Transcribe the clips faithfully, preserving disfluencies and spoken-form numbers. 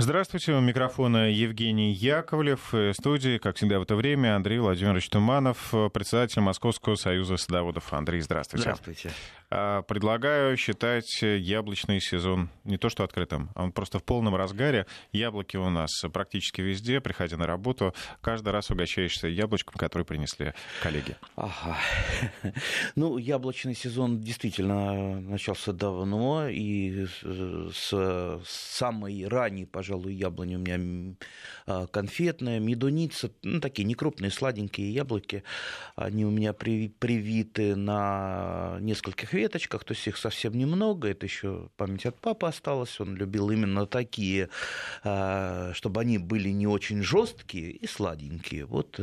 Здравствуйте, у микрофона Евгений Яковлев. В студии, как всегда в это время, Андрей Владимирович Туманов, председатель Московского союза садоводов. Андрей, здравствуйте. Здравствуйте. Предлагаю считать яблочный сезон не то что открытым, а он просто в полном разгаре. Яблоки у нас практически везде. Приходя на работу, каждый раз угощаешься яблочком, которое принесли коллеги. Ага. Ну, яблочный сезон действительно начался давно, и с самой ранней, пожалуй, яблони у меня конфетная, медуница, ну, такие некрупные сладенькие яблоки. Они у меня привиты на нескольких веточках, то есть их совсем немного. Это еще память от папы осталась. Он любил именно такие, чтобы они были не очень жесткие и сладенькие. Вот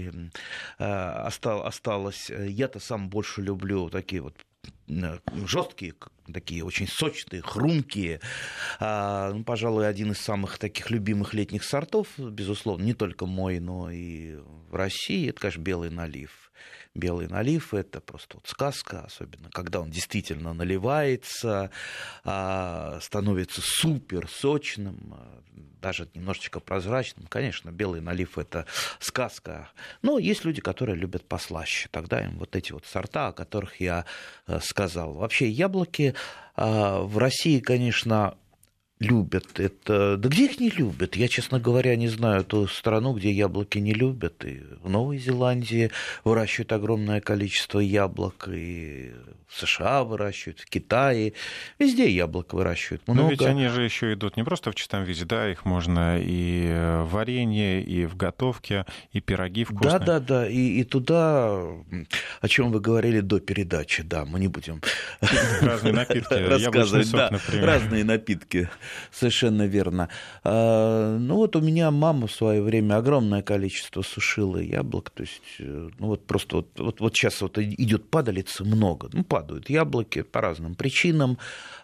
осталось. Я-то сам больше люблю такие вот жесткие, такие очень сочные, хрумкие. А, ну, пожалуй, один из самых таких любимых летних сортов, безусловно, не только мой, но и в России, это, конечно, белый налив. Белый налив — это просто вот сказка, особенно когда он действительно наливается, а, становится супер сочным, даже немножечко прозрачным. Конечно, белый налив — это сказка. Но есть люди, которые любят послаще. Тогда им вот эти вот сорта, о которых я сказал. Вообще яблоки в России, конечно, любят это. Да где их не любят? Я, честно говоря, не знаю ту страну, где яблоки не любят. И в Новой Зеландии выращивают огромное количество яблок, и в США выращивают, в Китае. Везде яблок выращивают много. Но ведь они же еще идут не просто в чистом виде, да, их можно и в варенье, и в готовке, и пироги вкусные. Да, да, да, и, и туда, о чем вы говорили до передачи, да, мы не будем разные напитки, яблочный сок, например. Разные напитки. Совершенно верно. Ну вот у меня мама в свое время огромное количество сушила яблок. То есть, ну вот просто вот, вот, вот сейчас вот идет падалица много. Ну, падают яблоки по разным причинам.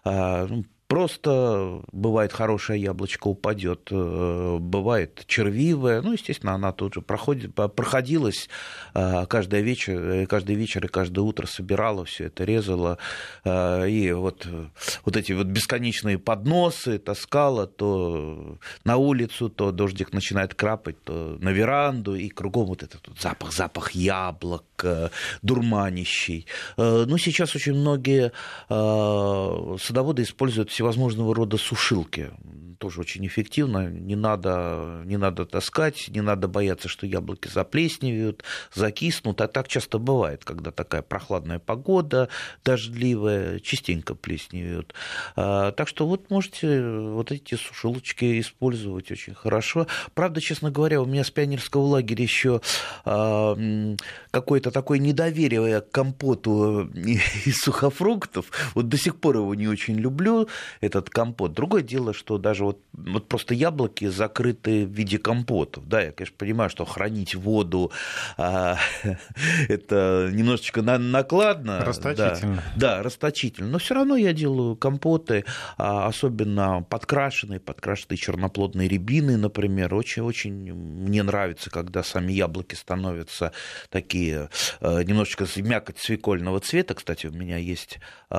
Просто бывает хорошее яблочко упадет, бывает червивое. Ну, естественно, она тут же проходит, проходилась каждый вечер, каждый вечер и каждое утро собирала все это, резала. И вот, вот эти вот бесконечные подносы таскала то на улицу, то дождик начинает крапать, то на веранду, и кругом вот этот вот запах, запах яблок, дурманящий. Ну, сейчас очень многие садоводы используют всевозможного рода сушилки. Тоже очень эффективно. Не надо, не надо таскать, не надо бояться, что яблоки заплесневеют, закиснут. А так часто бывает, когда такая прохладная погода, дождливая, частенько плесневеют. Так что вот можете вот эти сушилочки использовать очень хорошо. Правда, честно говоря, у меня с пионерского лагеря еще какое-то такое недоверие к компоту из сухофруктов. Вот до сих пор его не очень люблю, этот компот. Другое дело, что даже вот, вот просто яблоки закрыты в виде компотов. Да, я, конечно, понимаю, что хранить воду а, это немножечко накладно. Расточительно. Да, да, расточительно. Но все равно я делаю компоты, особенно подкрашенные, подкрашенные черноплодные рябины, например. Очень-очень мне нравится, когда сами яблоки становятся такие немножечко мякоть свекольного цвета. Кстати, у меня есть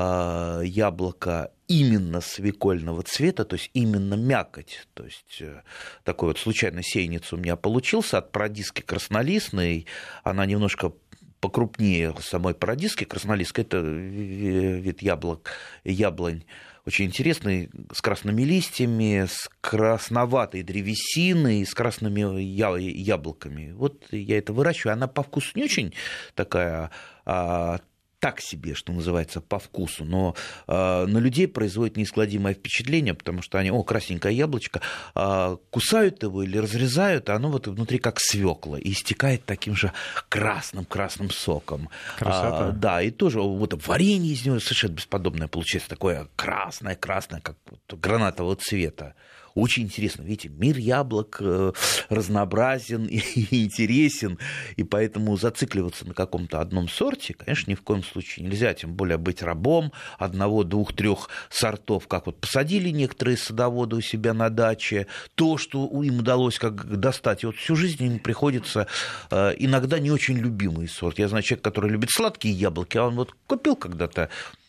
яблоко именно свекольного цвета, то есть именно мякоть. То есть такой вот случайно сеянец у меня получился от парадиски краснолистной. Она немножко покрупнее самой парадиски краснолистской. Это вид яблок, яблонь очень интересный, с красными листьями, с красноватой древесиной, с красными яблоками. Вот я это выращиваю. Она по вкусу не очень такая, а, так себе, что называется, по вкусу, но э, на людей производит неизгладимое впечатление, потому что они, о, красненькое яблочко, э, кусают его или разрезают, а оно вот внутри как свекла и истекает таким же красным-красным соком. Красота. А, да, и тоже вот варенье из него совершенно бесподобное получается, такое красное-красное, как вот гранатового цвета. Очень интересно, видите, мир яблок разнообразен и интересен, и поэтому зацикливаться на каком-то одном сорте, конечно, ни в коем случае нельзя, тем более быть рабом одного, двух, трех сортов, как вот посадили некоторые садоводы у себя на даче, то, что им удалось как достать, и вот всю жизнь им приходится иногда не очень любимый сорт. Я знаю человека, который любит сладкие яблоки, а он вот купил когда-то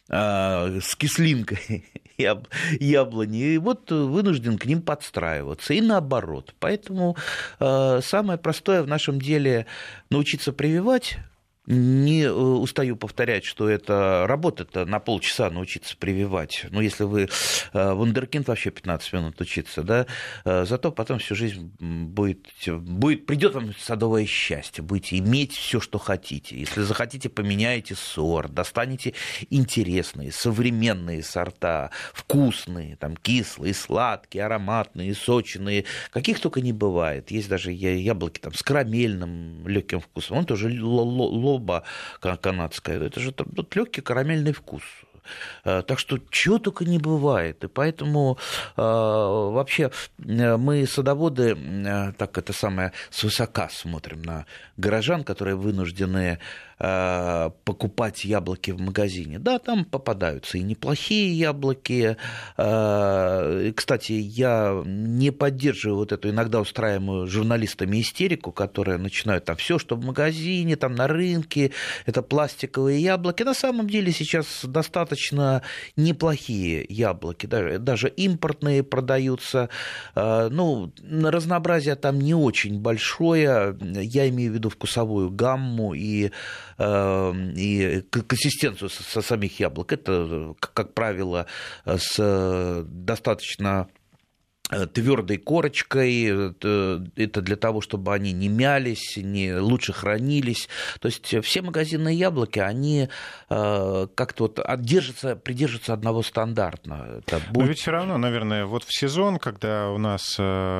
с кислинкой яблони, и вот вынужден к ним подстраиваться, и наоборот. Поэтому самое простое в нашем деле научиться прививать. Не устаю повторять, что это работа-то на полчаса научиться прививать. Ну, если вы вундеркинд, вообще пятнадцать минут учиться, да, зато потом всю жизнь будет, будет, придет вам садовое счастье, будете иметь все, что хотите. Если захотите, поменяете сорт, достанете интересные, современные сорта, вкусные, там, кислые, сладкие, ароматные, сочные, каких только не бывает. Есть даже яблоки там, с карамельным легким вкусом, он тоже лоба канадская, это же тут легкий карамельный вкус. Так что чего только не бывает. И поэтому э, вообще мы, садоводы, э, так это самое, свысока смотрим на горожан, которые вынуждены э, покупать яблоки в магазине. Да, там попадаются и неплохие яблоки. Э, кстати, я не поддерживаю вот эту иногда устраиваемую журналистами истерику, которая начинает там все, что в магазине, там на рынке, это пластиковые яблоки. На самом деле сейчас достаточно неплохие яблоки, даже, даже импортные продаются. Ну, разнообразие там не очень большое, я имею в виду вкусовую гамму и, и консистенцию со самих яблок. Это, как правило, с достаточно твердой корочкой, это для того, чтобы они не мялись, не лучше хранились. То есть все магазинные яблоки, они как-то вот держатся, придерживаются одного стандарта. Будет... Но ведь все равно, наверное, вот в сезон, когда у нас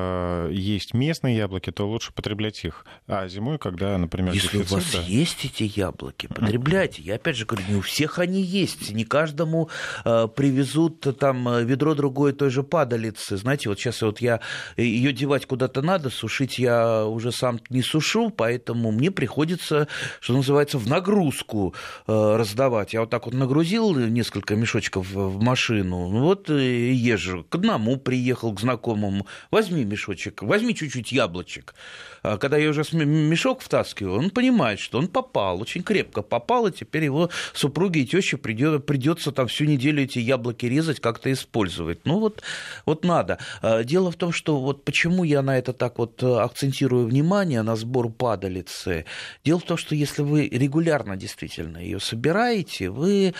есть местные яблоки, то лучше потреблять их. А зимой, когда, например, если дефицит, у вас да? есть эти яблоки, потребляйте. Я опять же говорю, не у всех они есть. Не каждому привезут там ведро другое той же падалицы. Знаете, вот сейчас вот я, ее девать куда-то надо, сушить я уже сам не сушу, поэтому мне приходится, что называется, в нагрузку раздавать. Я вот так вот нагрузил несколько мешочков в машину, вот и езжу. К одному приехал, к знакомому, возьми мешочек, возьми чуть-чуть яблочек. Когда я уже мешок втаскиваю, он понимает, что он попал, очень крепко попал, и теперь его супруге и тёще придется там всю неделю эти яблоки резать, как-то использовать. Ну вот, вот надо. Дело в том, что вот почему я на это так вот акцентирую внимание, на сбор падалицы. Дело в том, что если вы регулярно действительно ее собираете, вы,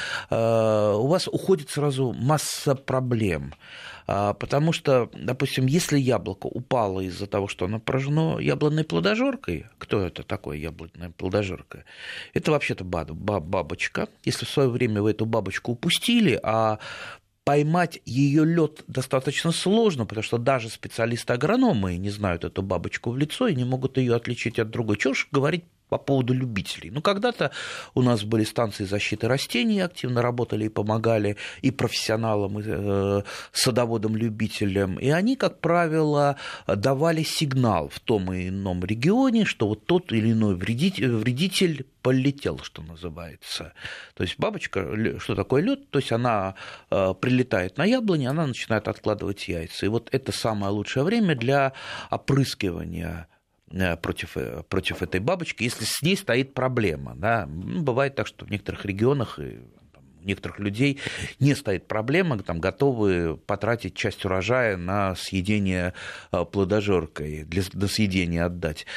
у вас уходит сразу масса проблем. Потому что, допустим, если яблоко упало из-за того, что оно поражено яблонной плодожоркой, кто это такое яблонная плодожорка? Это вообще-то бабочка. Если в свое время вы эту бабочку упустили, а поймать ее лед достаточно сложно, потому что даже специалисты-агрономы не знают эту бабочку в лицо и не могут ее отличить от другой. Чего ж говорить по поводу любителей. Ну, когда-то у нас были станции защиты растений, активно работали и помогали и профессионалам, и э, садоводам-любителям, и они, как правило, давали сигнал в том и ином регионе, что вот тот или иной вредитель, вредитель полетел, что называется. То есть бабочка, что такое лед? То есть она э, прилетает на яблони, она начинает откладывать яйца. И вот это самое лучшее время для опрыскивания Против, против этой бабочки, если с ней стоит проблема. Да. Бывает так, что в некоторых регионах и у некоторых людей не стоит проблема, там, готовы потратить часть урожая на съедение плодожоркой, для, до съедения отдать.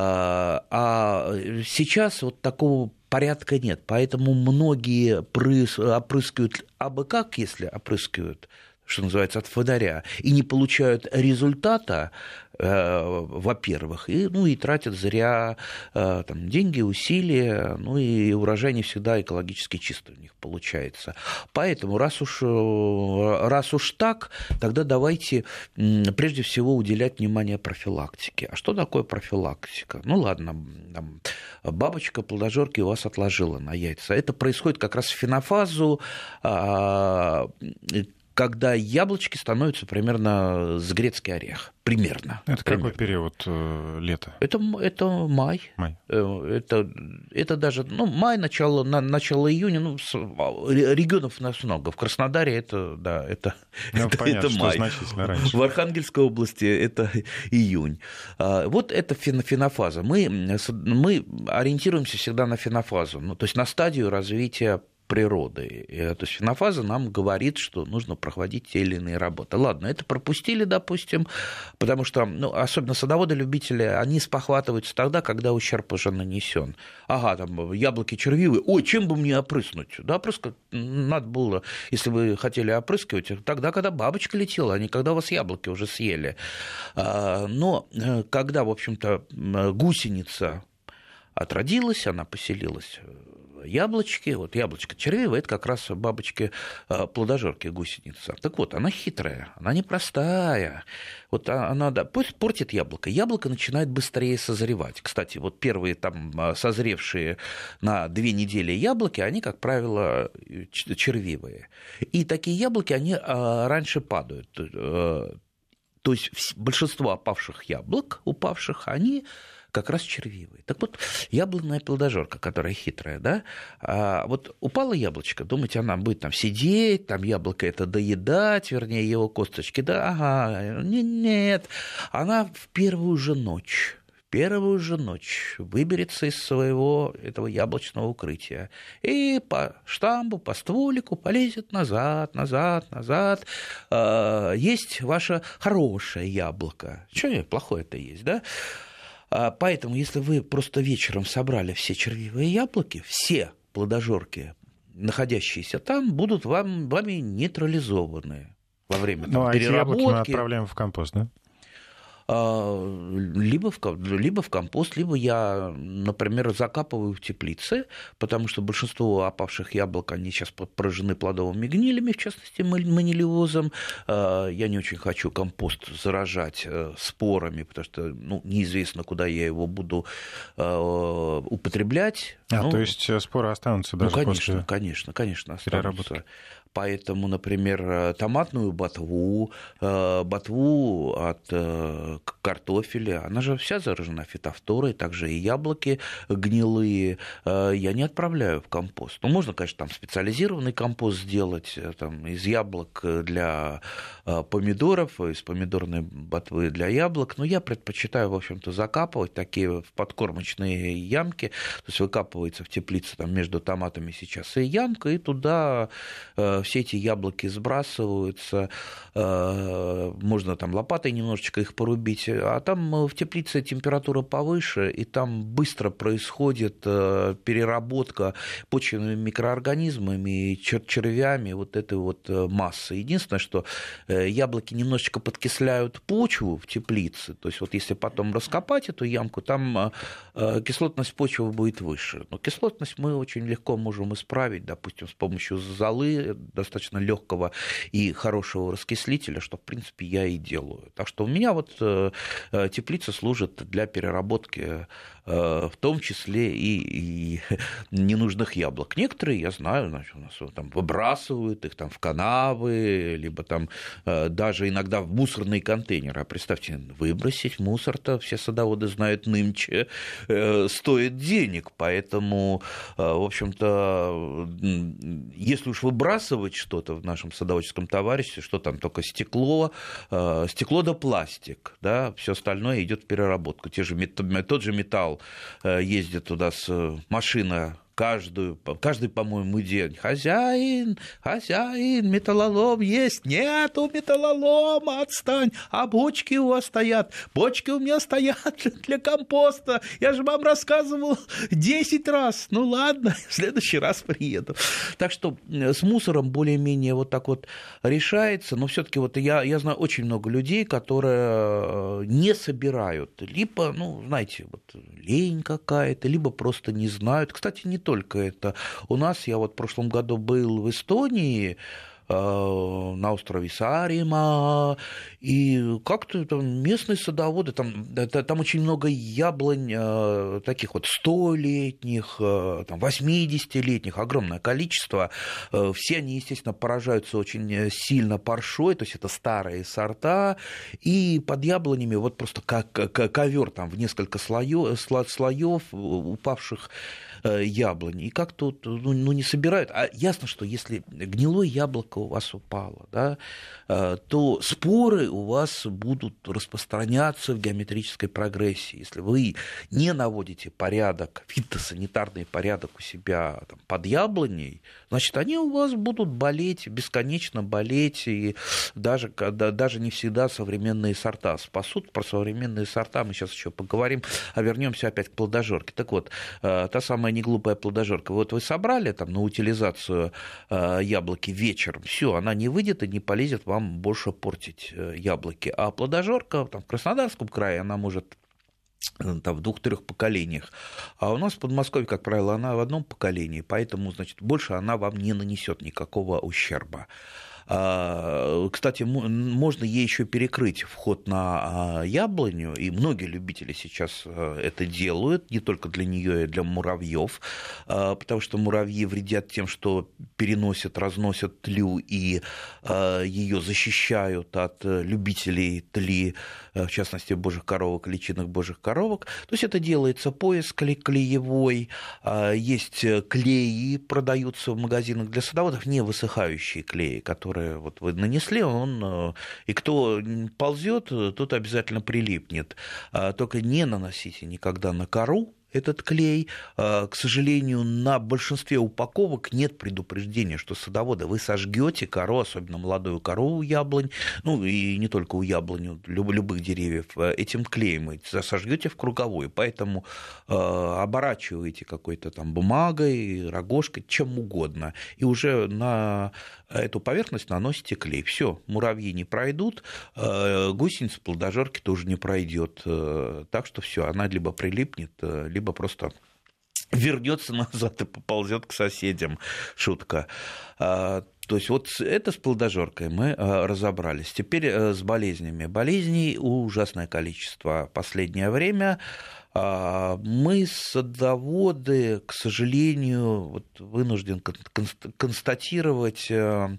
А сейчас вот такого порядка нет, поэтому многие опрыскивают абы как, если опрыскивают, что называется, от фонаря, и не получают результата, э, во-первых, и, ну, и тратят зря э, там, деньги, усилия, ну, и урожай не всегда экологически чистый у них получается. Поэтому, раз уж, раз уж так, тогда давайте прежде всего уделять внимание профилактике. А что такое профилактика? Ну, ладно, там, бабочка плодожорки у вас отложила на яйца. Это происходит как раз в фенофазу, э, когда яблочки становятся примерно с грецкий орех. Примерно. Это примерно. Какой период э, лета? Это, это май. май. Это, это даже ну, май, начало, на, начало июня. Ну, регионов у нас много. В Краснодаре это, да, это, ну, это, понятно, это май. Значительно раньше. В Архангельской области это июнь. Вот это фенофаза. Мы, мы ориентируемся всегда на фенофазу, ну, то есть на стадию развития природы. То есть фенофаза нам говорит, что нужно проводить те или иные работы. Ладно, это пропустили, допустим, потому что, ну, особенно садоводы-любители, они спохватываются тогда, когда ущерб уже нанесен. Ага, там яблоки червивые, ой, чем бы мне опрыснуть? Да, опрыскать надо было, если вы хотели опрыскивать, тогда, когда бабочка летела, а не когда у вас яблоки уже съели. Но когда, в общем-то, гусеница отродилась, она поселилась в яблочке. Вот яблочко червивое, это как раз бабочки-плодожорки гусеница. Так вот, она хитрая, она непростая. Вот она, да, пусть портит яблоко. Яблоко начинает быстрее созревать. Кстати, вот первые там созревшие на две недели яблоки, они, как правило, червивые. И такие яблоки, они раньше падают. То есть большинство опавших яблок, упавших, они как раз червивые. Так вот, яблонная плодожорка, которая хитрая, да, а вот упало яблочко, думаете, она будет там сидеть, там яблоко это доедать, вернее, его косточки, да, ага, нет, она в первую же ночь, в первую же ночь выберется из своего этого яблочного укрытия и по штамбу, по стволику полезет назад, назад, назад. Есть ваше хорошее яблоко. Что плохое-то есть, да? Поэтому, если вы просто вечером собрали все червивые яблоки, все плодожорки, находящиеся там, будут вам, вами нейтрализованы во время там, ну, а переработки. Эти яблоки мы отправляем в компост, да? Либо в, либо в компост, либо я, например, закапываю в теплице, потому что большинство опавших яблок, они сейчас поражены плодовыми гнилями, в частности, манилиозом. Я не очень хочу компост заражать спорами, потому что ну, неизвестно, куда я его буду употреблять. А, ну, то есть споры останутся даже ну, конечно, после конечно, конечно, останутся. переработки. Поэтому, например, томатную ботву, ботву от картофеля, она же вся заражена фитофторой, также и яблоки гнилые, я не отправляю в компост. Ну, можно, конечно, там специализированный компост сделать там, из яблок для помидоров, из помидорной ботвы для яблок, но я предпочитаю, в общем-то, закапывать такие в подкормочные ямки, то есть выкапывается в теплице там, между томатами сейчас и ямка, и туда все эти яблоки сбрасываются, можно там лопатой немножечко их порубить, а там в теплице температура повыше, и там быстро происходит переработка почвенными микроорганизмами и червями вот этой вот массы. Единственное, что яблоки немножечко подкисляют почву в теплице, то есть вот если потом раскопать эту ямку, там кислотность почвы будет выше. Но кислотность мы очень легко можем исправить, допустим, с помощью золы, достаточно легкого и хорошего раскислителя, что, в принципе, я и делаю. Так что у меня вот теплица служит для переработки в том числе и, и ненужных яблок. Некоторые, я знаю, значит, у нас там выбрасывают их там в канавы, либо там даже иногда в мусорные контейнеры. А представьте, выбросить мусор-то, все садоводы знают, нынче стоит денег, поэтому, в общем-то, если уж выбрасывать что-то в нашем садоводческом товариществе, что там только стекло, стекло да пластик, да, все остальное идет в переработку. Те же, тот же металл ездит туда с машина каждую, каждый, по-моему, день. Хозяин, хозяин, металлолом есть. Нету металлолома, отстань. А бочки у вас стоят. Бочки у меня стоят для компоста. Я же вам рассказывал десять раз. Ну ладно, в следующий раз приеду. Так что с мусором более-менее вот так вот решается. Но все-таки вот я, я знаю очень много людей, которые не собирают. Либо, ну, знаете, вот лень какая-то, либо просто не знают. Кстати, не только это. У нас, я вот в прошлом году был в Эстонии, на острове Саареmaa, и как-то там местные садоводы, там, там очень много яблонь таких вот столетних, там, восьмидесятилетних, огромное количество. Все они, естественно, поражаются очень сильно паршой, то есть это старые сорта, и под яблонями вот просто как ковер там в несколько слоев, слоев упавших яблонь. И как тут ну, ну, не собирают. А ясно, что если гнилое яблоко у вас упала, да, то споры у вас будут распространяться в геометрической прогрессии. Если вы не наводите порядок, фитосанитарный порядок у себя там, под яблоней, значит, они у вас будут болеть, бесконечно болеть, и даже, даже не всегда современные сорта спасут. Про современные сорта мы сейчас еще поговорим, а вернемся опять к плодожорке. Так вот, та самая неглупая плодожорка. Вот вы собрали там на утилизацию яблоки вечером, все, она не выйдет и не полезет вам больше портить яблоки. А плодожорка там, в Краснодарском крае, она может там, в двух-трех поколениях. А у нас в Подмосковье, как правило, она в одном поколении, поэтому, значит, больше она вам не нанесет никакого ущерба. Кстати, можно ей еще перекрыть вход на яблоню, и многие любители сейчас это делают, не только для нее, и для муравьев, потому что муравьи вредят тем, что переносят, разносят тлю и ее защищают от любителей тли, в частности, божьих коровок, личинок божьих коровок. То есть это делается пояс клеевой, есть клеи, продаются в магазинах для садоводов, не высыхающие клеи, которые вот вы нанесли, он, и кто ползет, тот обязательно прилипнет. Только не наносите никогда на кору этот клей. К сожалению, на большинстве упаковок нет предупреждения, что садоводы, вы сожгете кору, особенно молодую кору у яблонь, ну и не только у яблонь, любых деревьев, этим клеем сожгете в круговую, поэтому оборачиваете какой-то там бумагой, рогожкой, чем угодно, и уже на эту поверхность наносите клей. Все, муравьи не пройдут, гусеница плодожорки тоже не пройдет, так что все, она либо прилипнет, либо либо просто вернется назад и поползет к соседям. Шутка. То есть вот это с плодожоркой мы разобрались. Теперь с болезнями. Болезней ужасное количество в последнее время. Мы, садоводы, к сожалению, вот вынуждены констатировать,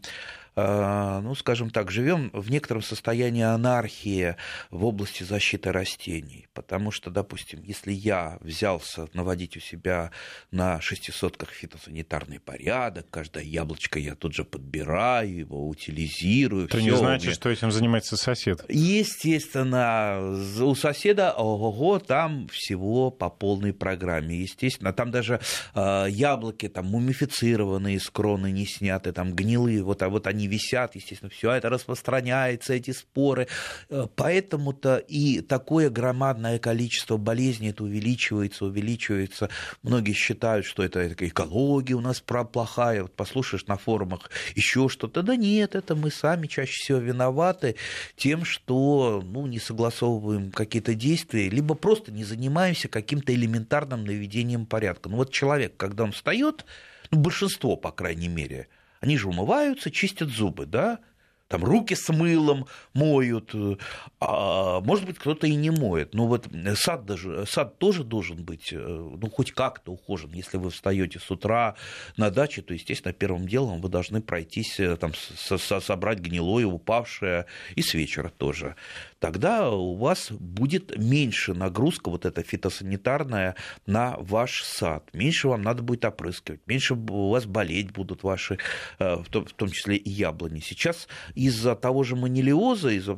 ну, скажем так, живем в некотором состоянии анархии в области защиты растений. Потому что, допустим, если я взялся наводить у себя на шестисотках фитосанитарный порядок, каждое яблочко я тут же подбираю, его утилизирую. Это не значит, что этим занимается сосед. Естественно, у соседа, ого-го, там всего по полной программе. Естественно, там даже э, яблоки там, мумифицированные, с кроны не сняты, там гнилые, вот, а вот они висят, естественно, все это распространяется, эти споры. Поэтому-то и такое громадное количество болезней это увеличивается, увеличивается. Многие считают, что это экология у нас плохая. Вот послушаешь на форумах еще что-то. Да нет, это мы сами чаще всего виноваты тем, что ну, не согласовываем какие-то действия, либо просто не занимаемся каким-то элементарным наведением порядка. Ну вот человек, когда он встает, ну, большинство, по крайней мере, они же умываются, чистят зубы, да? Там руки с мылом моют, а может быть, кто-то и не моет. Но вот сад, даже, сад тоже должен быть, ну, хоть как-то ухожен. Если вы встаете с утра на даче, то, естественно, первым делом вы должны пройтись, там, собрать гнилое, упавшее, и с вечера тоже. Тогда у вас будет меньше нагрузка, вот эта фитосанитарная, на ваш сад. Меньше вам надо будет опрыскивать, меньше у вас болеть будут ваши, в том, в том числе и яблони. Сейчас из-за того же манилиоза, из-за,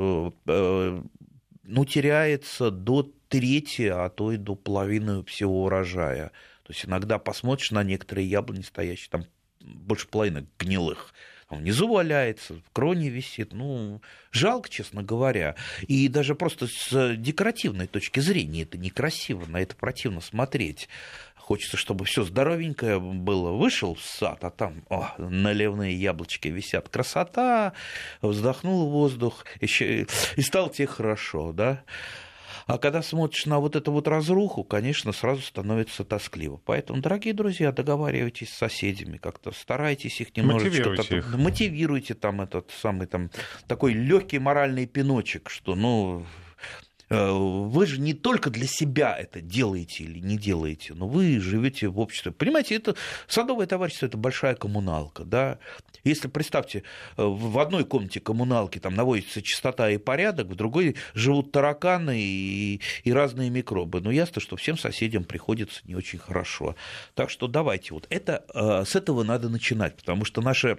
ну, теряется до трети, а то и до половины всего урожая. То есть иногда посмотришь на некоторые яблони стоящие, там больше половины гнилых. Внизу валяется, в кроне висит. Ну, жалко, честно говоря. И даже просто с декоративной точки зрения это некрасиво, на это противно смотреть. Хочется, чтобы все здоровенькое было. Вышел в сад, а там о, наливные яблочки висят. Красота, вздохнул воздух, и стало тебе хорошо, да? А когда смотришь на вот эту вот разруху, конечно, сразу становится тоскливо. Поэтому, дорогие друзья, договаривайтесь с соседями, как-то старайтесь их немножечко... Мотивируйте их. Мотивируйте там этот самый там такой легкий моральный пиночек, что, ну... Вы же не только для себя это делаете или не делаете, но вы живете в обществе. Понимаете, это садовое товарищество – это большая коммуналка. Да? Если, представьте, в одной комнате коммуналки там наводится чистота и порядок, в другой живут тараканы и, и разные микробы. Но ясно, что всем соседям приходится не очень хорошо. Так что давайте, вот это, с этого надо начинать, потому что наше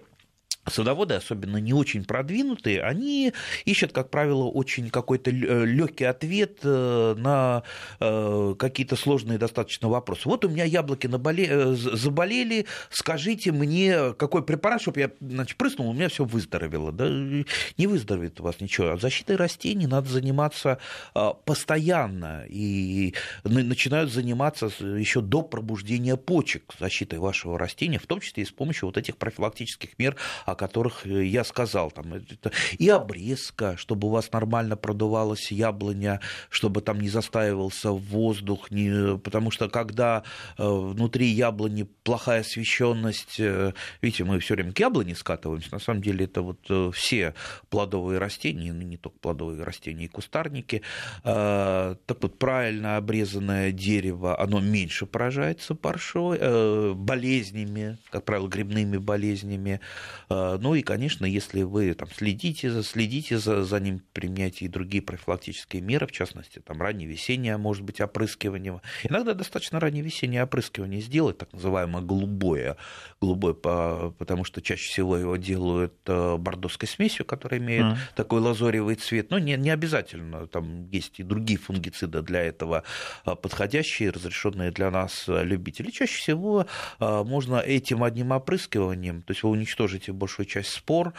Садоводы, особенно не очень продвинутые, они ищут, как правило, очень какой-то легкий ответ на какие-то сложные достаточно вопросы. Вот у меня яблоки наболе... заболели, скажите мне, какой препарат, чтобы я, значит, прыснул, у меня все выздоровело. Да не выздоровеет у вас ничего. Защитой растений надо заниматься постоянно, и начинают заниматься еще до пробуждения почек защитой вашего растения, в том числе и с помощью вот этих профилактических мер, о которых я сказал. Там, это и обрезка, чтобы у вас нормально продувалась яблоня, чтобы там не застаивался воздух, не... потому что когда внутри яблони плохая освещенность, видите, мы все время к яблоне скатываемся, на самом деле это вот все плодовые растения, не только плодовые растения, и кустарники. Так вот, правильно обрезанное дерево, оно меньше поражается паршой, болезнями, как правило, грибными болезнями. Ну и, конечно, если вы там, следите, следите за, за ним, применяете и другие профилактические меры, в частности, там, ранневесеннее, может быть, опрыскивание. Иногда достаточно ранневесеннее опрыскивание сделать, так называемое голубое, голубое, потому что чаще всего его делают бордоской смесью, которая имеет mm. такой лазоревый цвет. Но не, не обязательно, там есть и другие фунгициды для этого подходящие, разрешенные для нас любителей. Чаще всего можно этим одним опрыскиванием, то есть вы уничтожите большую часть спор,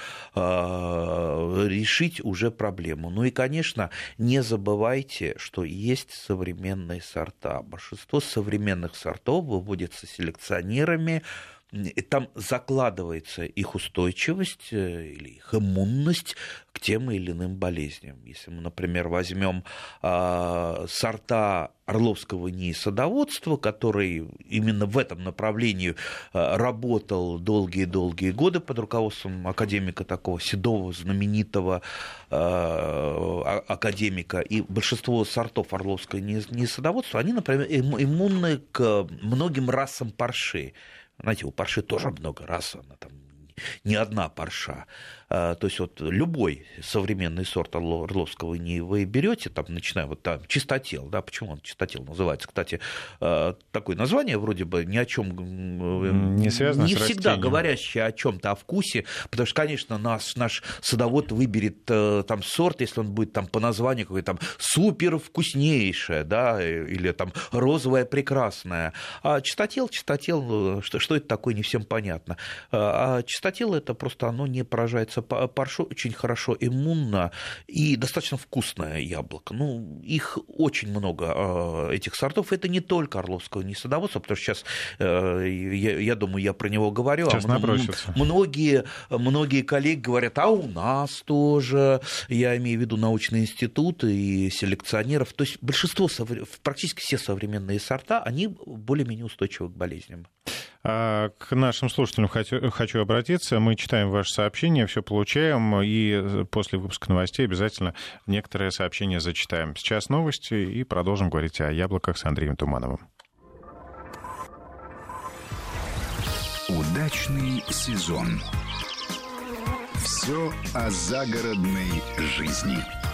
решить уже проблему. Ну и, конечно, не забывайте, что есть современные сорта. Большинство современных сортов выводятся селекционерами, и там закладывается их устойчивость или их иммунность к тем или иным болезням. Если мы, например, возьмем э, сорта орловского НИИ садоводства, который именно в этом направлении э, работал долгие-долгие годы под руководством академика такого седого, знаменитого э, академика, и большинство сортов орловского НИИ садоводства, они, например, иммунны к многим расам парши. Знаете, у парши тоже много рас, она там не одна парша. То есть вот любой современный сорт орловского НИИ вы берете, там, начиная вот там чистотел, да, почему он чистотел называется, кстати, такое название вроде бы ни о чем не связано, не с всегда растением, говорящее о чем-то, о вкусе, потому что, конечно, наш, наш садовод выберет там сорт, если он будет там по названию какой-то там супер вкуснейшее, да, или там розовое прекрасное. А чистотел, чистотел, что, что это такое, не всем понятно. А чистотел это просто оно не поражается паршой, очень хорошо иммунно и достаточно вкусное яблоко. Ну, их очень много, этих сортов. Это не только орловского НИИ садоводства, потому что сейчас, я, я думаю, я про него говорю, сейчас а многие, многие коллеги говорят, а у нас тоже, я имею в виду научные институты и селекционеров. То есть большинство, практически все современные сорта, они более-менее устойчивы к болезням. К нашим слушателям хочу, хочу обратиться. Мы читаем ваши сообщения, все получаем, и после выпуска новостей обязательно некоторые сообщения зачитаем. Сейчас новости, и продолжим говорить о яблоках с Андреем Тумановым. Удачный сезон. Все о загородной жизни.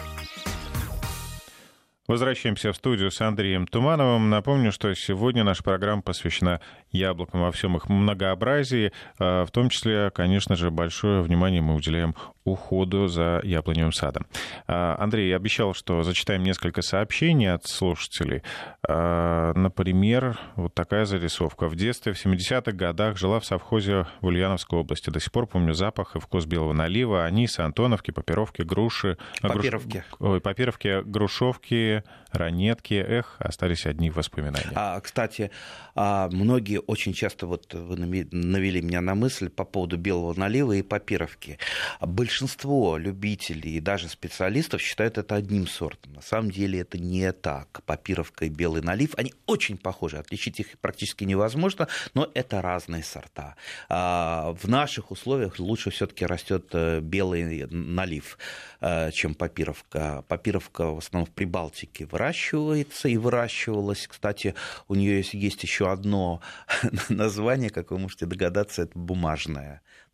Возвращаемся в студию с Андреем Тумановым. Напомню, что сегодня наша программа посвящена яблокам во всем их многообразии. В том числе, конечно же, большое внимание мы уделяем уходу за яблоневым садом. Андрей, я обещал, что зачитаем несколько сообщений от слушателей. Например, вот такая зарисовка. В детстве, в семидесятых годах, жила в совхозе в Ульяновской области. До сих пор помню запах и вкус белого налива, аниса, антоновки, папировки, груши. Папировки. Груш... Ой, папировки, грушевки, ранетки. Эх, остались одни воспоминания. А, кстати, многие очень часто, вот вы навели меня на мысль по поводу белого налива и папировки. Большинство любителей и даже специалистов считают это одним сортом. На самом деле это не так. Папировка и белый налив, они очень похожи. Отличить их практически невозможно, но это разные сорта. В наших условиях лучше все-таки растет белый налив, чем папировка. Папировка в основном в Прибалтике выращивается и выращивалась. Кстати, у нее есть еще одно название, как вы можете догадаться, это бумажное.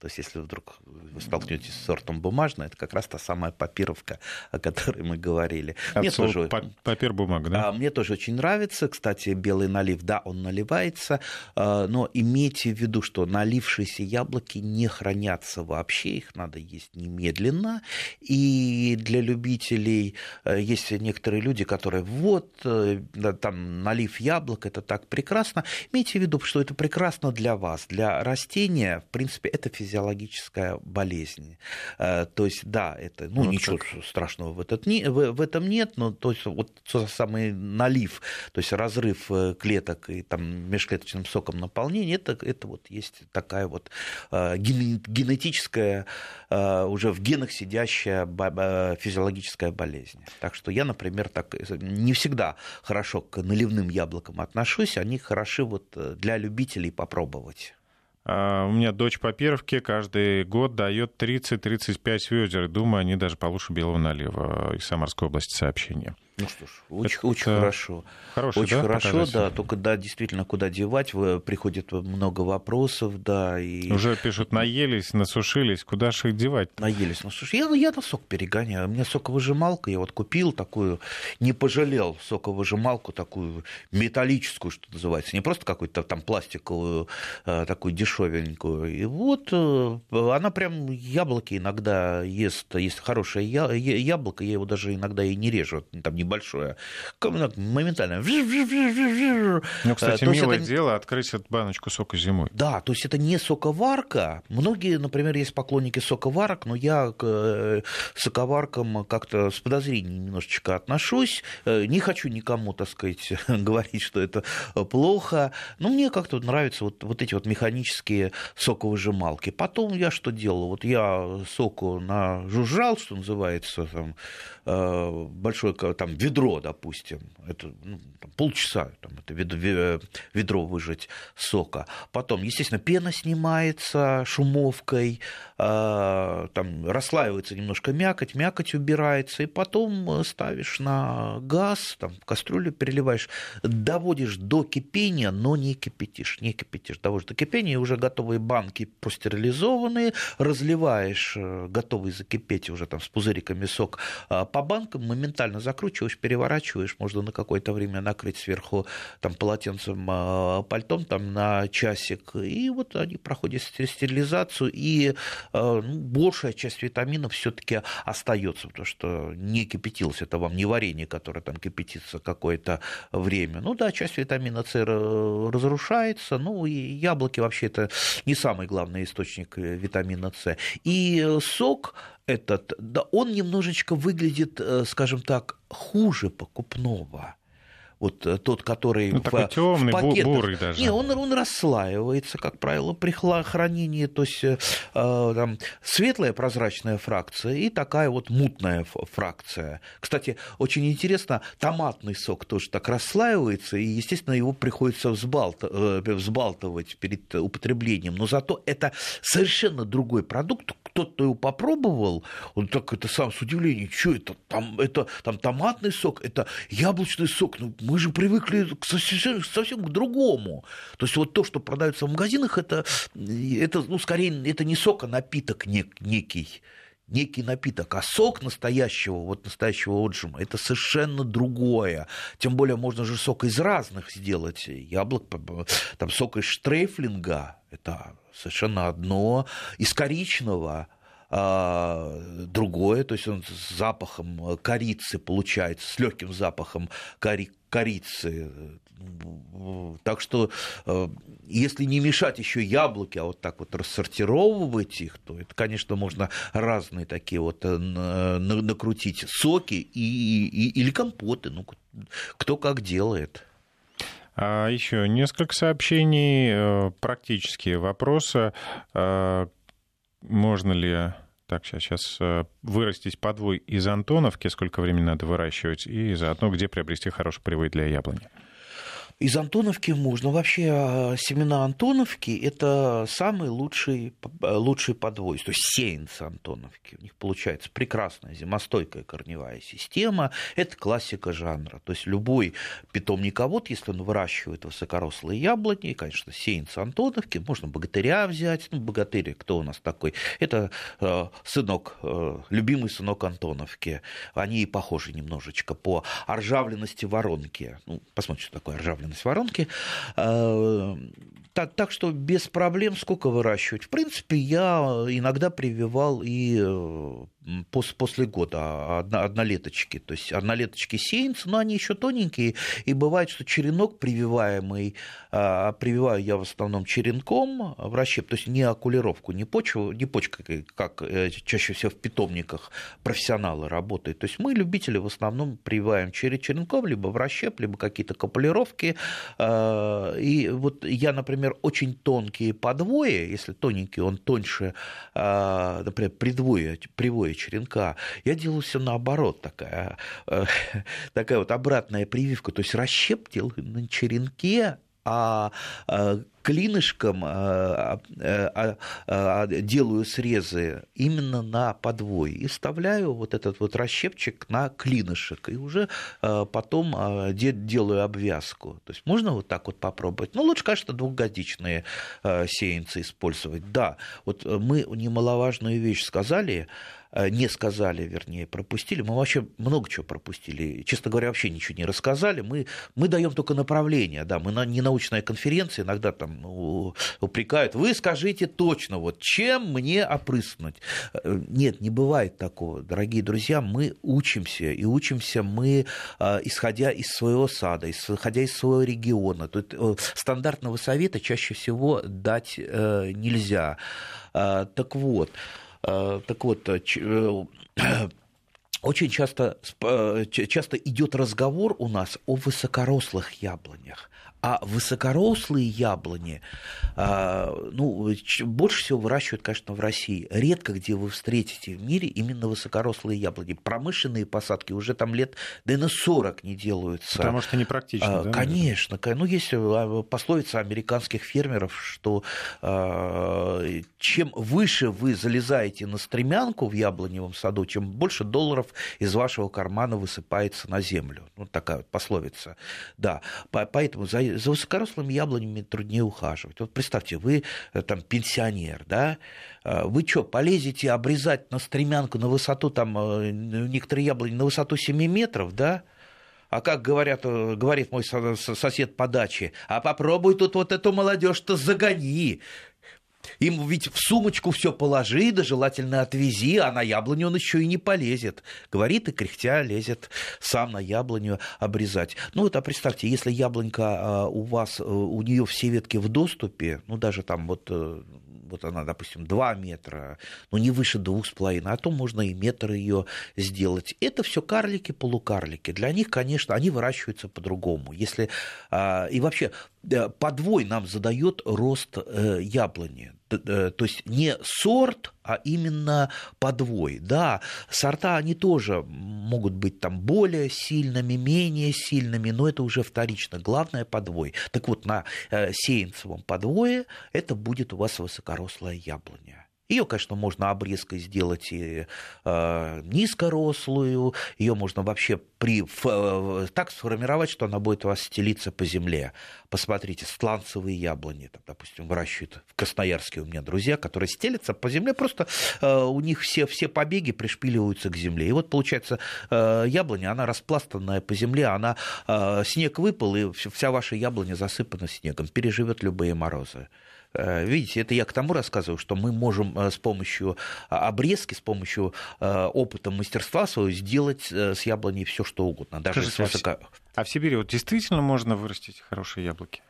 То есть, если вдруг вы столкнетесь с сортом бумажный, это как раз та самая папировка, о которой мы говорили. Мне тоже... Папир бумага, да? Мне тоже очень нравится. Кстати, белый налив, да, он наливается, но имейте в виду, что налившиеся яблоки не хранятся вообще, их надо есть немедленно. И для любителей есть некоторые люди, которые вот, там, налив яблок, это так прекрасно. Имейте в виду, что это прекрасно для вас. Для растения, в принципе, это физиология. физиологическая болезнь. То есть, да, это, ну, вот ничего как... страшного в, этот, в, в этом нет, но то есть, вот тот самый налив, то есть разрыв клеток и там, межклеточным соком наполнение, это, это вот есть такая вот генетическая, уже в генах сидящая физиологическая болезнь. Так что я, например, так, не всегда хорошо к наливным яблокам отношусь, они хороши вот для любителей попробовать. У меня дочь по Перовке каждый год дает тридцать-тридцать пять ведер. Думаю, они даже получше белого налива из Самарской области сообщения. Ну что ж, очень, очень хорошо. Хороший, очень да, хорошо, показатель? Да. Только да, действительно, куда девать, приходит много вопросов, да. И... Уже пишут, наелись, насушились, куда же их девать? Наелись, насушились. Я, я на сок перегоняю. У меня соковыжималка, я вот купил такую, не пожалел, соковыжималку такую металлическую, что называется, не просто какую-то там пластиковую, такую дешевенькую. И вот она прям яблоки иногда ест, есть хорошее яблоко, я его даже иногда и не режу, там небольшое, моментально. Ну, кстати, то милое это... дело открыть эту баночку сока зимой. Да, то есть это не соковарка. Многие, например, есть поклонники соковарок, но я к соковаркам как-то с подозрением немножечко отношусь. Не хочу никому, так сказать, говорить, что это плохо. Но мне как-то нравятся вот, вот эти вот механические соковыжималки. Потом я что делал? Вот я соку нажужжал, что называется, там, большое там, ведро, допустим, это ну, там, полчаса там, это ведро, ведро выжать сока. Потом, естественно, пена снимается шумовкой, э, там расслаивается немножко мякоть, мякоть убирается, и потом ставишь на газ, там, в кастрюлю переливаешь, доводишь до кипения, но не кипятишь, не кипятишь, доводишь до кипения, и уже готовые банки простерилизованные, разливаешь готовый закипеть уже там с пузыриками сок по банкам, моментально закручиваешь, переворачиваешь, можно на какое-то время накрыть сверху там, полотенцем, пальтом там, на часик, и вот они проходят стерилизацию, и ну, большая часть витаминов все-таки остается, потому что не кипятилось, это вам не варенье, которое там кипятится какое-то время. Ну да, часть витамина С разрушается, ну и яблоки вообще это не самый главный источник витамина С. И сок этот, да, он немножечко выглядит, скажем так, хуже покупного. Вот тот, который ну, в, такой темный, в пакетах. бурый даже. Не, он, он расслаивается, как правило, при хранении. То есть э, там, светлая прозрачная фракция и такая вот мутная фракция. Кстати, очень интересно, томатный сок тоже так расслаивается, и, естественно, его приходится взбалт, э, взбалтывать перед употреблением. Но зато это совершенно другой продукт. Кто-то его попробовал, он так это сам с удивлением, что это? Там, это там томатный сок, это яблочный сок. Ну, мы же привыкли к совсем, совсем к другому. То есть вот то, что продается в магазинах, это, это ну, скорее, это не сок, а напиток нек, некий. Некий напиток, а сок настоящего, вот настоящего отжима, это совершенно другое. Тем более можно же сок из разных сделать. Яблок, там сок из штрейфлинга, это совершенно одно. Из коричневого другое, то есть он с запахом корицы получается, с легким запахом кори, корицы. Так что, если не мешать еще яблоки, а вот так вот рассортировывать их, то это, конечно, можно разные такие вот накрутить соки и, и, или компоты, ну, кто как делает. А еще несколько сообщений, практические вопросы. Можно ли... Так, сейчас, сейчас вырастить подвой из Антоновки, сколько времени надо выращивать, и заодно где приобрести хороший привой для яблони? Из Антоновки можно. Вообще семена Антоновки – это самый лучший, лучший подвой. То есть сеянцы Антоновки. У них получается прекрасная зимостойкая корневая система. Это классика жанра. То есть любой питомниковод, если он выращивает высокорослые яблони, и, конечно, сеянцы Антоновки, можно богатыря взять. Ну, богатырь, кто у нас такой? Это э, сынок, э, любимый сынок Антоновки. Они похожи немножечко по оржавленности воронки. Ну, посмотрите, что такое оржавленность воронки. Так, так что без проблем сколько выращивать. В принципе, я иногда прививал и после года однолеточки. То есть однолеточки сеянцы, но они еще тоненькие. И бывает, что черенок прививаемый, прививаю я в основном черенком в расщеп, то есть не окулировку, не почву, не почкой, как чаще всего в питомниках профессионалы работают. То есть мы, любители, в основном прививаем черенком, либо в расщеп, либо какие-то копулировки. И вот я, например, очень тонкие подвои, если тоненький, он тоньше, например, придвое, привое черенка, я делаю все наоборот, такая, такая вот обратная прививка, то есть расщеп делаю на черенке, а клинышком делаю срезы именно на подвой и вставляю вот этот вот расщепчик на клинышек, и уже потом делаю обвязку. То есть можно вот так вот попробовать. Ну, лучше, конечно, двухгодичные сеянцы использовать. Да, вот мы немаловажную вещь сказали, не сказали, вернее, пропустили. Мы вообще много чего пропустили. Честно говоря, вообще ничего не рассказали. Мы, мы даем только направление. Да, мы на, не научная конференция, иногда там ну, упрекают. Вы скажите точно, вот, чем мне опрыснуть. Нет, не бывает такого. Дорогие друзья, мы учимся. И учимся мы, исходя из своего сада, исходя из своего региона. Тут стандартного совета чаще всего дать нельзя. Так вот. Так вот, очень часто, часто идет разговор у нас о высокорослых яблонях. А высокорослые яблони, ну, больше всего выращивают, конечно, в России. Редко где вы встретите в мире именно высокорослые яблони. Промышленные посадки уже там лет, да и на сорок не делаются. Потому что непрактично, а, да? Конечно. Ну, есть пословица американских фермеров, что чем выше вы залезаете на стремянку в яблоневом саду, чем больше долларов из вашего кармана высыпается на землю. Вот такая вот пословица. Да, поэтому за За высокорослыми яблонями труднее ухаживать. Вот представьте, вы там пенсионер, да, вы что, полезете обрезать на стремянку на высоту, там, некоторые яблони на высоту семь метров, да? А как говорят, говорит мой сосед по даче, а попробуй тут вот эту молодежь-то загони. Им ведь в сумочку все положи, да желательно отвези, а на яблоню он еще и не полезет. Говорит и кряхтя лезет сам на яблоню обрезать. Ну вот, а представьте, если яблонька у вас, у нее все ветки в доступе, ну даже там вот, вот она, допустим, два метра, ну не выше двух с половиной, а то можно и метр ее сделать. Это все карлики, полукарлики. Для них, конечно, они выращиваются по-другому. Если, и вообще подвой нам задает рост яблони. То есть не сорт, а именно подвой. Да, сорта, они тоже могут быть там более сильными, менее сильными, но это уже вторично. Главное – подвой. Так вот, на сеянцевом подвое это будет у вас высокорослая яблоня. Ее, конечно, можно обрезкой сделать и э, низкорослую, ее можно вообще при, в, так сформировать, что она будет у вас стелиться по земле. Посмотрите, сланцевые яблони, там, допустим, выращивают в Красноярске у меня друзья, которые стелятся по земле, просто э, у них все, все побеги пришпиливаются к земле. И вот, получается, э, яблоня, она распластанная по земле, она, э, снег выпал, и вся ваша яблоня засыпана снегом, переживет любые морозы. Видите, это я к тому рассказываю, что мы можем с помощью обрезки, с помощью опыта, мастерства своего сделать с яблоней все что угодно. Даже Скажите, с высоко... А в Сибири вот действительно можно вырастить хорошие яблоки?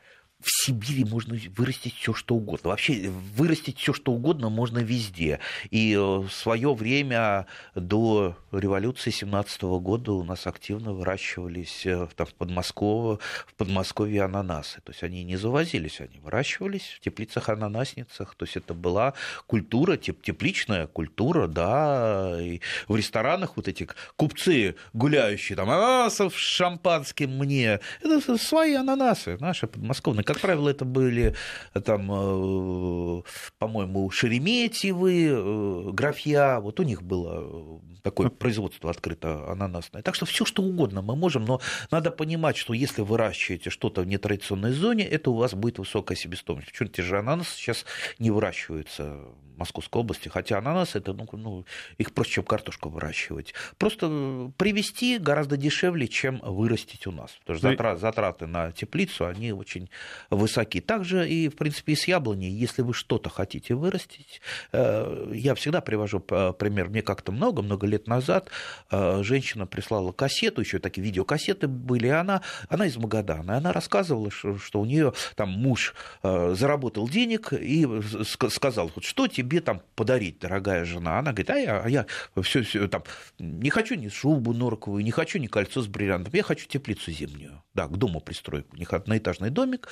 в Сибири можно вырастить все, что угодно. Вообще вырастить все, что угодно можно везде. И в свое время до революции семнадцатого года у нас активно выращивались там, в Подмосковье, в Подмосковье ананасы. То есть они не завозились, они выращивались в теплицах-ананасницах. То есть это была культура, тепличная культура, да. И в ресторанах вот эти купцы, гуляющие, там, ананасов с шампанским мне. Это свои ананасы, наши подмосковные. Как правило, это были, там, по-моему, Шереметьевы, графья. Вот у них было такое производство открыто ананасное. Так что все что угодно мы можем, но надо понимать, что если выращиваете что-то в нетрадиционной зоне, это у вас будет высокая себестоимость. Причем те же ананасы сейчас не выращиваются в Московской области, хотя ананасы, это, ну, ну, их проще, чем картошку выращивать. Просто привезти гораздо дешевле, чем вырастить у нас. Потому что затраты, затраты на теплицу, они очень высоки. Также и, в принципе, и с яблоней. Если вы что-то хотите вырастить, я всегда привожу пример. Мне как-то много-много лет назад женщина прислала кассету, еще такие видеокассеты были, и она, она из Магадана. Она рассказывала, что, что у нее там муж заработал денег и сказал, вот что тебе там подарить, дорогая жена? Она говорит, а я, а я все, все, там, не хочу ни шубу норковую, не хочу ни кольцо с бриллиантом, я хочу теплицу зимнюю. Да, к дому пристрою, у них одноэтажный домик.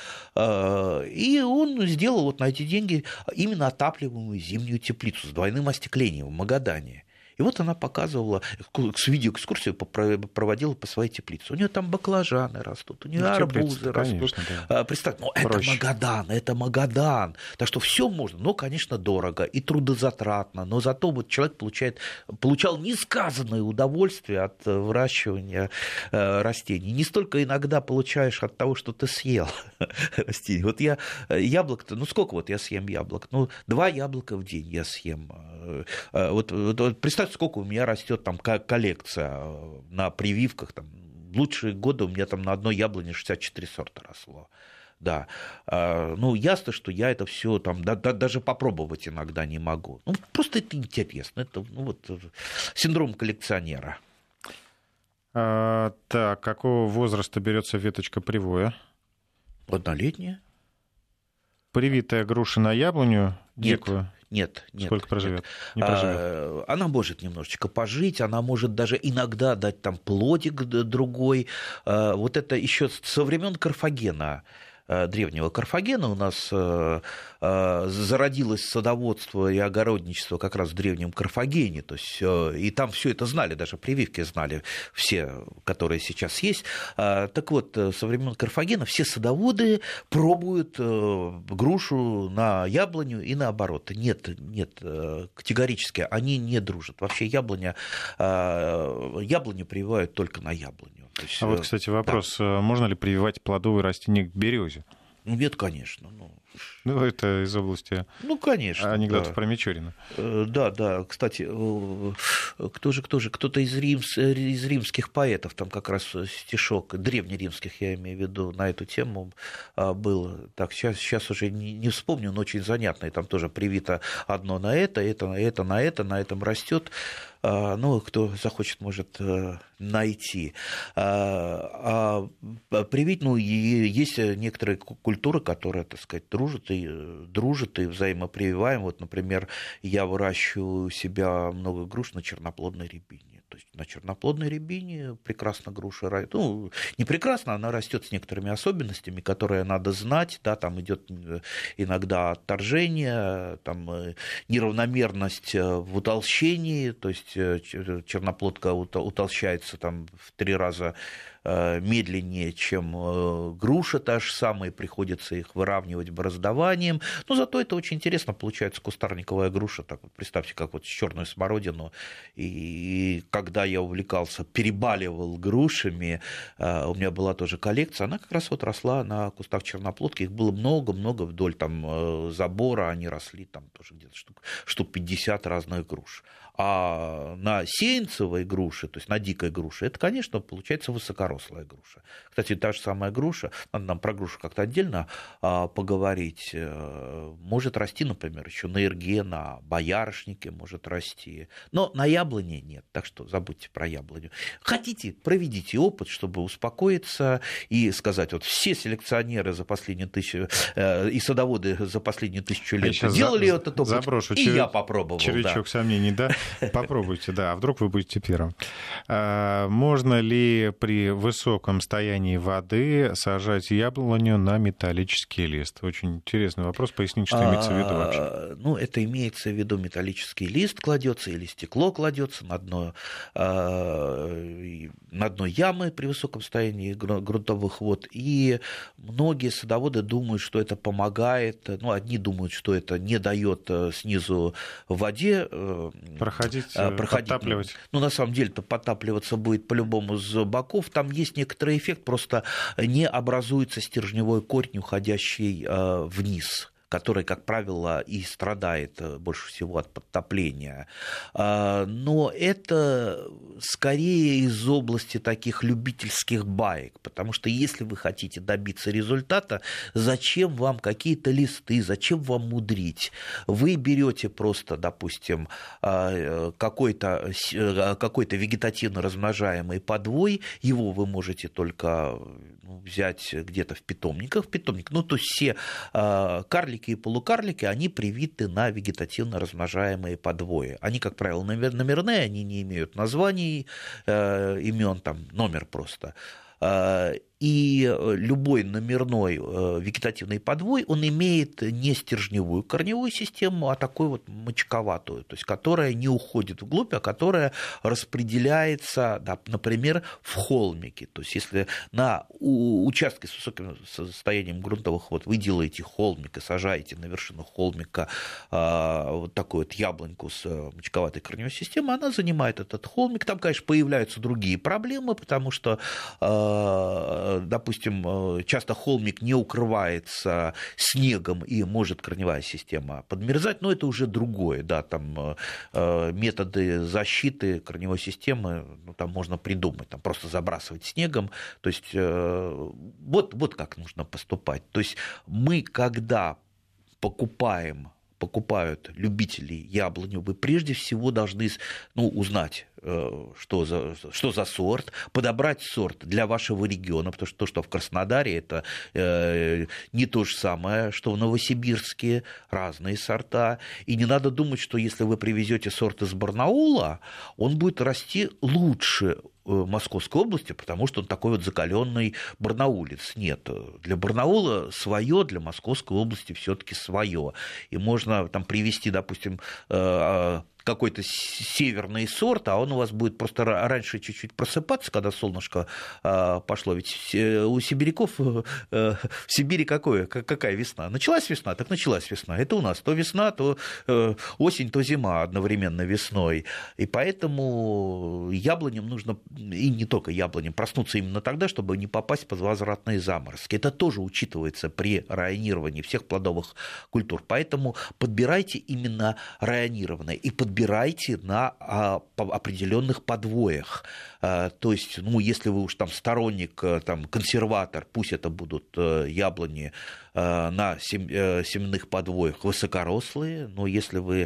И он сделал вот на эти деньги именно отапливаемую зимнюю теплицу с двойным остеклением в Магадане. И вот она показывала, с видеоэкскурсию проводила по своей теплице. У нее там баклажаны растут, у нее ну, арбузы растут. Конечно, да. Представь, ну это Магадан, это Магадан. Так что все можно, но, конечно, дорого и трудозатратно. Но зато вот человек получает, получал несказанное удовольствие от выращивания растений. Не столько иногда получаешь от того, что ты съел растения. Вот я яблок-то, ну сколько вот я съем яблок? Ну, два яблока в день я съем. Вот, вот представь, сколько у меня растет там коллекция на прививках. Там, в лучшие годы у меня там на одной яблоне шестьдесят четыре сорта росло. Да. Ну, ясно, что я это все там да, да, даже попробовать иногда не могу. Ну, просто это интересно. Это ну, вот, синдром коллекционера. А, так, какого возраста берется веточка привоя? Однолетняя. Привитая груша на яблоню? Нет. Дикую? Нет, нет. Сколько проживет? Не проживет? Она может немножечко пожить, она может даже иногда дать там плодик другой. Вот это еще со времен Карфагена. Древнего Карфагена у нас зародилось садоводство и огородничество как раз в древнем Карфагене. То есть, и там все это знали, даже прививки знали все, которые сейчас есть. Так вот, со времен Карфагена все садоводы пробуют грушу на яблоню и наоборот. Нет, нет, категорически они не дружат. Вообще яблоня, яблоню прививают только на яблоню. Есть, а вот, кстати, вопрос, да. Можно ли прививать плодовые растения к березе? Нет, конечно. Ну, ну это из области ну, конечно, анекдотов да. про Мичурина. Да, да. Кстати, кто же, кто же, кто-то из, рим, из римских поэтов, там как раз стишок, древнеримских, я имею в виду, на эту тему был. Так, сейчас, сейчас уже не, не вспомню, но очень занятный. Там тоже привито одно на это, это на это, на это, на этом растет. Ну, кто захочет, может найти. А привить, ну, есть некоторые культуры, которые, так сказать, дружат и дружат и взаимопрививаем. Вот, например, я выращиваю у себя много груш на черноплодной рябине. То есть на черноплодной рябине прекрасно груша растет. Ну, не прекрасно, она растет с некоторыми особенностями, которые надо знать. Да, там идет иногда отторжение, там неравномерность в утолщении, то есть черноплодка утолщается там в три раза медленнее, чем груша та же самая, приходится их выравнивать бороздованием. Но зато это очень интересно, получается кустарниковая груша. Так вот, представьте, как вот черную смородину. И когда я увлекался, перебаливал грушами, у меня была тоже коллекция, она как раз вот росла на кустах черноплодки. Их было много-много вдоль там забора, они росли там тоже где-то штук, штук пятьдесят разных груш. А на сеянцевой груше, то есть на дикой груше, это, конечно, получается высокорослая груша. Кстати, та же самая груша, надо нам про грушу как-то отдельно а, поговорить, может расти, например, еще на ирге, на боярышнике может расти, но на яблоне нет, так что забудьте про яблоню. Хотите, проведите опыт, чтобы успокоиться и сказать, вот все селекционеры за последние тысячу, э, и садоводы за последние тысячу лет делали за, этот опыт, заброшу, и чер... я попробовал. Червячок да. сомнений, да? Попробуйте, да, а вдруг вы будете первым. Можно ли при высоком состоянии воды сажать яблоню на металлический лист? Очень интересный вопрос, поясните, что имеется в виду вообще. Ну, это имеется в виду металлический лист кладется или стекло кладется на дно, на дно ямы при высоком состоянии грунтовых вод, и многие садоводы думают, что это помогает, ну, одни думают, что это не дает снизу в воде проходить, проходить подтапливать. Ну, на самом деле-то подтапливаться будет по-любому с боков, там есть некоторый эффект, просто не образуется стержневой корень, уходящий вниз, который, как правило, и страдает больше всего от подтопления. Но это скорее из области таких любительских баек, потому что если вы хотите добиться результата, зачем вам какие-то листы, зачем вам мудрить? Вы берете просто, допустим, какой-то, какой-то вегетативно размножаемый подвой, его вы можете только взять где-то в питомниках, в питомник, ну, то есть все карлики и полукарлики, они привиты на вегетативно размножаемые подвои. Они, как правило, номерные, они не имеют названий, имен, там, номер просто. И любой номерной вегетативный подвой, он имеет не стержневую корневую систему, а такую вот мочковатую, то есть которая не уходит вглубь, а которая распределяется, да, например, в холмике. То есть если на участке с высоким состоянием грунтовых вод вы делаете холмик и сажаете на вершину холмика вот такую вот яблоньку с мочковатой корневой системой, она занимает этот холмик. Там, конечно, появляются другие проблемы, потому что допустим, часто холмик не укрывается снегом и может корневая система подмерзать, но это уже другое, да, там методы защиты корневой системы, ну, там можно придумать, там просто забрасывать снегом, то есть вот, вот как нужно поступать. То есть мы, когда покупаем покупают любители яблоню, вы прежде всего должны, ну, узнать, что за, что за сорт, подобрать сорт для вашего региона, потому что то, что в Краснодаре, это э, не то же самое, что в Новосибирске, разные сорта. И не надо думать, что если вы привезете сорт из Барнаула, он будет расти лучше Московской области, потому что он такой вот закаленный барнаулец. Нет, для Барнаула свое, для Московской области все-таки свое. И можно там привезти, допустим, какой-то северный сорт, а он у вас будет просто раньше чуть-чуть просыпаться, когда солнышко пошло. Ведь у сибиряков в Сибири какое, какая весна? Началась весна, так началась весна. Это у нас то весна, то осень, то зима одновременно весной. И поэтому яблоням нужно, и не только яблоням, проснуться именно тогда, чтобы не попасть под возвратные заморозки. Это тоже учитывается при районировании всех плодовых культур. Поэтому подбирайте именно районированное и подбирайте Подбирайте на а, по определенных подвоях. А, то есть, ну, если вы уж там сторонник, там, консерватор, пусть это будут а, яблони а, на сем, а, семенных подвоях высокорослые, но если вы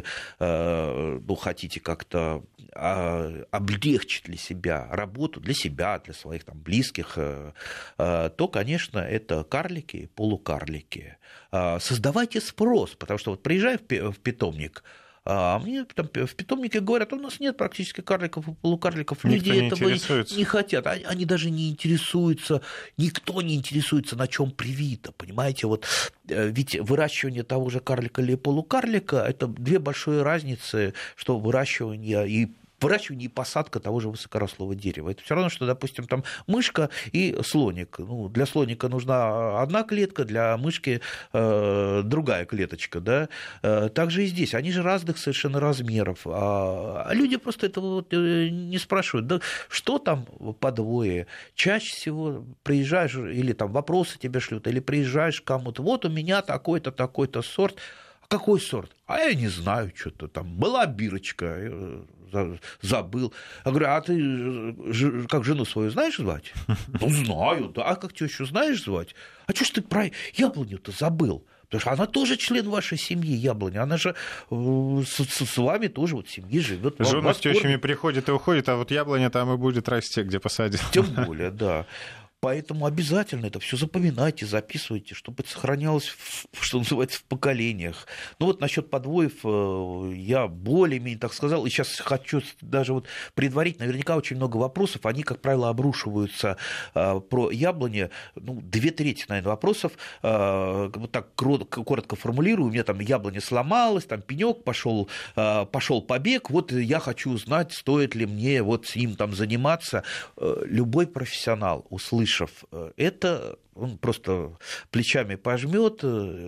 а, ну, хотите как-то а, облегчить для себя работу, для себя, для своих там, близких, а, а, то, конечно, это карлики и полукарлики. А, создавайте спрос, потому что вот приезжай в, в питомник, а мне там в питомнике говорят, у нас нет практически карликов и полукарликов, люди этого не хотят, они, они даже не интересуются, никто не интересуется, на чем привито, понимаете, вот ведь выращивание того же карлика или полукарлика – это две большие разницы, что выращивание и выращивание и посадка того же высокорослого дерева. Это все равно, что, допустим, там мышка и слоник. Ну, для слоника нужна одна клетка, для мышки э, другая клеточка. Да? Э, так же и здесь. Они же разных совершенно размеров. А, а люди просто этого вот не спрашивают. Да, что там подвое? Чаще всего приезжаешь, или там вопросы тебе шлют, или приезжаешь к кому-то. Вот у меня такой-то, такой-то сорт. Какой сорт? А я не знаю, что-то там. Была бирочка. забыл. Я говорю, а ты как жену свою знаешь звать? Ну, знаю, да. А как тещу знаешь звать? А что ж ты про яблоню-то забыл? Потому что она тоже член вашей семьи, яблоня. Она же с, с, с вами тоже вот в семье живет. Жена с тещами приходит и уходит, а вот яблоня там и будет расти, где посадил. Тем более, да. Поэтому обязательно это все запоминайте, записывайте, чтобы это сохранялось, в, что называется, в поколениях. Ну вот насчет подвоев я более-менее так сказал, и сейчас хочу даже вот предварить, наверняка очень много вопросов, они, как правило, обрушиваются про яблони, ну, две трети, наверное, вопросов, вот так коротко формулирую, у меня там яблоня сломалась, там пенек, пошел, пошел побег, вот я хочу узнать, стоит ли мне вот с ним там заниматься. Любой профессионал, услышав это, он просто плечами пожмет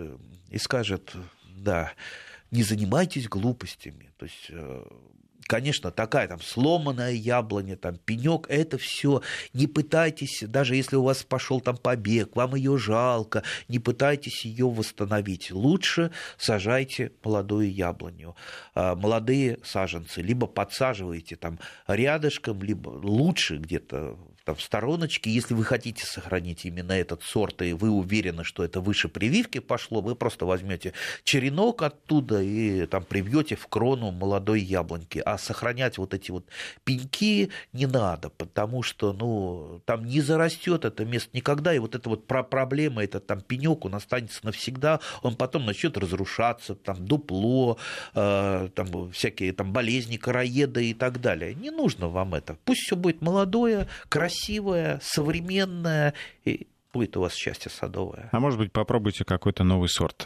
и скажет, да, не занимайтесь глупостями. То есть, конечно, такая там сломанная яблоня, там пенек, это все не пытайтесь, даже если у вас пошел там побег, вам ее жалко, не пытайтесь ее восстановить. Лучше сажайте молодую яблоню, молодые саженцы, либо подсаживайте там рядышком, либо лучше где-то там, в стороночке. Если вы хотите сохранить именно этот сорт, и вы уверены, что это выше прививки пошло, вы просто возьмете черенок оттуда и там привьете в крону молодой яблоньки. А сохранять вот эти вот пеньки не надо, потому что, ну, там не зарастет это место никогда, и вот эта вот проблема, этот там пенек, он останется навсегда, он потом начнет разрушаться, там дупло, э, там всякие там болезни, короеды и так далее. Не нужно вам это. Пусть все будет молодое, красивое, красивая, современная, и будет у вас счастье садовое. А может быть, попробуйте какой-то новый сорт.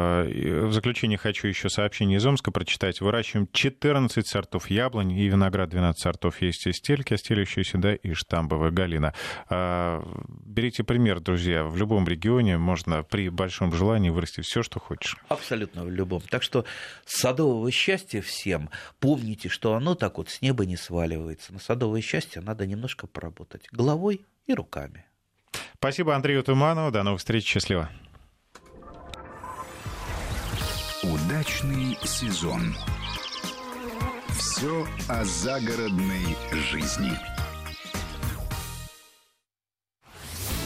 В заключение хочу еще сообщение из Омска прочитать. Выращиваем четырнадцать сортов яблонь и виноград, двенадцать сортов. Есть и стельки, стелющиеся, да, и штамбовая галина. Берите пример, друзья. В любом регионе можно при большом желании вырастить все, что хочешь. Абсолютно в любом. Так что садового счастья всем. Помните, что оно так вот с неба не сваливается. На садовое счастье надо немножко поработать головой и руками. Спасибо Андрею Туманову. До новых встреч. Счастливо. Удачный сезон. Все о загородной жизни.